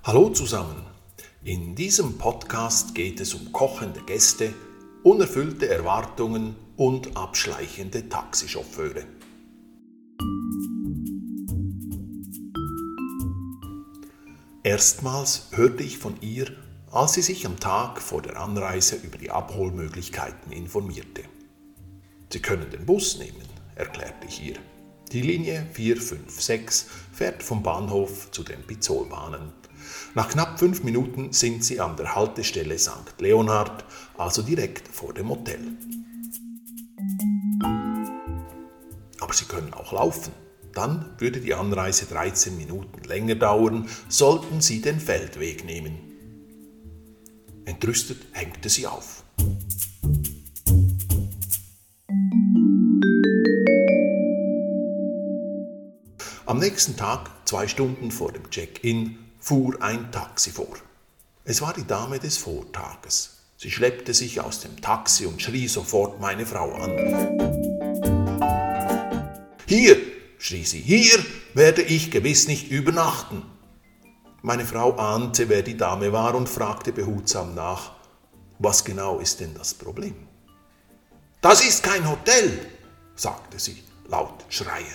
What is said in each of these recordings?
Hallo zusammen, in diesem Podcast geht es um kochende Gäste, unerfüllte Erwartungen und abschleichende Taxichauffeure. Erstmals hörte ich von ihr, als sie sich am Tag vor der Anreise über die Abholmöglichkeiten informierte. Sie können den Bus nehmen, erklärte ich ihr. Die Linie 456 fährt vom Bahnhof zu den Pizzolbahnen. Nach knapp 5 Minuten sind Sie an der Haltestelle St. Leonhard, also direkt vor dem Hotel. Aber Sie können auch laufen. Dann würde die Anreise 13 Minuten länger dauern, sollten Sie den Feldweg nehmen. Entrüstet hängte sie auf. Am nächsten Tag, 2 Stunden vor dem Check-in, fuhr ein Taxi vor. Es war die Dame des Vortages. Sie schleppte sich aus dem Taxi und schrie sofort meine Frau an. »Hier«, schrie sie, »hier werde ich gewiss nicht übernachten.« Meine Frau ahnte, wer die Dame war und fragte behutsam nach, »Was genau ist denn das Problem?« »Das ist kein Hotel«, sagte sie, laut schreiend.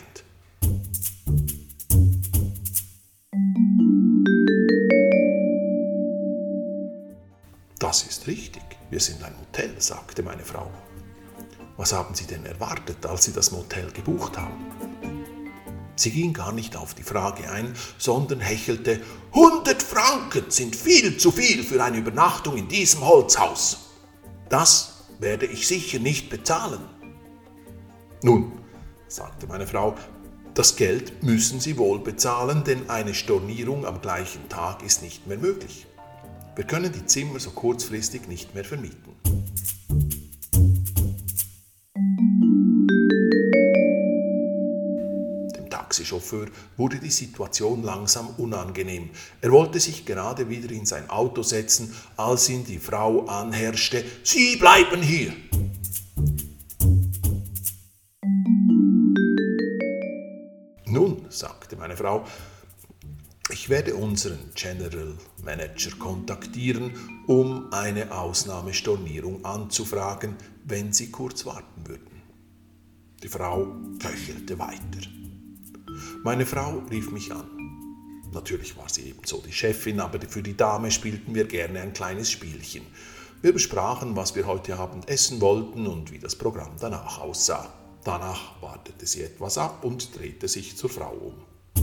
»Das ist richtig, wir sind ein Hotel«, sagte meine Frau. »Was haben Sie denn erwartet, als Sie das Motel gebucht haben?« Sie ging gar nicht auf die Frage ein, sondern hechelte, »100 Franken sind viel zu viel für eine Übernachtung in diesem Holzhaus. Das werde ich sicher nicht bezahlen.« »Nun«, sagte meine Frau, »das Geld müssen Sie wohl bezahlen, denn eine Stornierung am gleichen Tag ist nicht mehr möglich. Wir können die Zimmer so kurzfristig nicht mehr vermieten.« Dem Taxichauffeur wurde die Situation langsam unangenehm. Er wollte sich gerade wieder in sein Auto setzen, als ihn die Frau anherrschte, »Sie bleiben hier!« »Nun«, sagte meine Frau, »ich werde unseren General Manager kontaktieren, um eine Ausnahmestornierung anzufragen, wenn Sie kurz warten würden.« Die Frau köchelte weiter. Meine Frau rief mich an. Natürlich war sie ebenso die Chefin, aber für die Dame spielten wir gerne ein kleines Spielchen. Wir besprachen, was wir heute Abend essen wollten und wie das Programm danach aussah. Danach wartete sie etwas ab und drehte sich zur Frau um.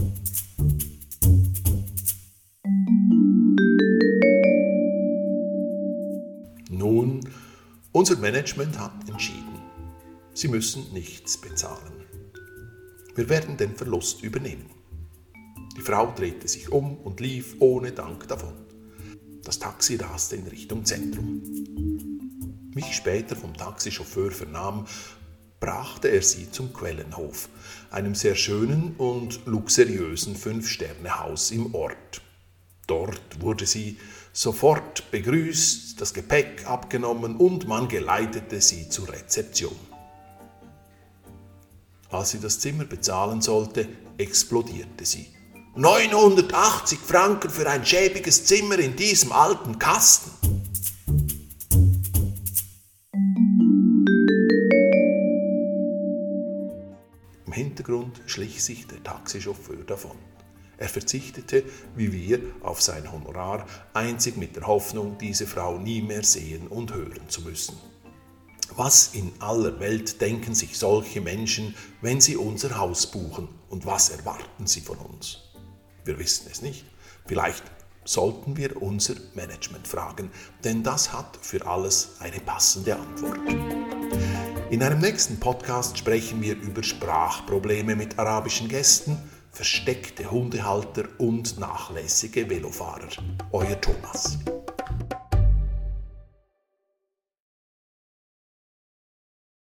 Nun, unser Management hat entschieden. Sie müssen nichts bezahlen. Wir werden den Verlust übernehmen. Die Frau drehte sich um und lief ohne Dank davon. Das Taxi raste in Richtung Zentrum. Wie ich später vom Taxichauffeur vernahm, brachte er sie zum Quellenhof, einem sehr schönen und luxuriösen 5-Sterne-Haus im Ort. Dort wurde sie sofort begrüßt, das Gepäck abgenommen und man geleitete sie zur Rezeption. Als sie das Zimmer bezahlen sollte, explodierte sie. 980 Franken für ein schäbiges Zimmer in diesem alten Kasten. Im Hintergrund schlich sich der Taxichauffeur davon. Er verzichtete, wie wir, auf sein Honorar, einzig mit der Hoffnung, diese Frau nie mehr sehen und hören zu müssen. Was in aller Welt denken sich solche Menschen, wenn sie unser Haus buchen, und was erwarten sie von uns? Wir wissen es nicht. Vielleicht sollten wir unser Management fragen, denn das hat für alles eine passende Antwort. In einem nächsten Podcast sprechen wir über Sprachprobleme mit arabischen Gästen, versteckte Hundehalter und nachlässige Velofahrer. Euer Thomas.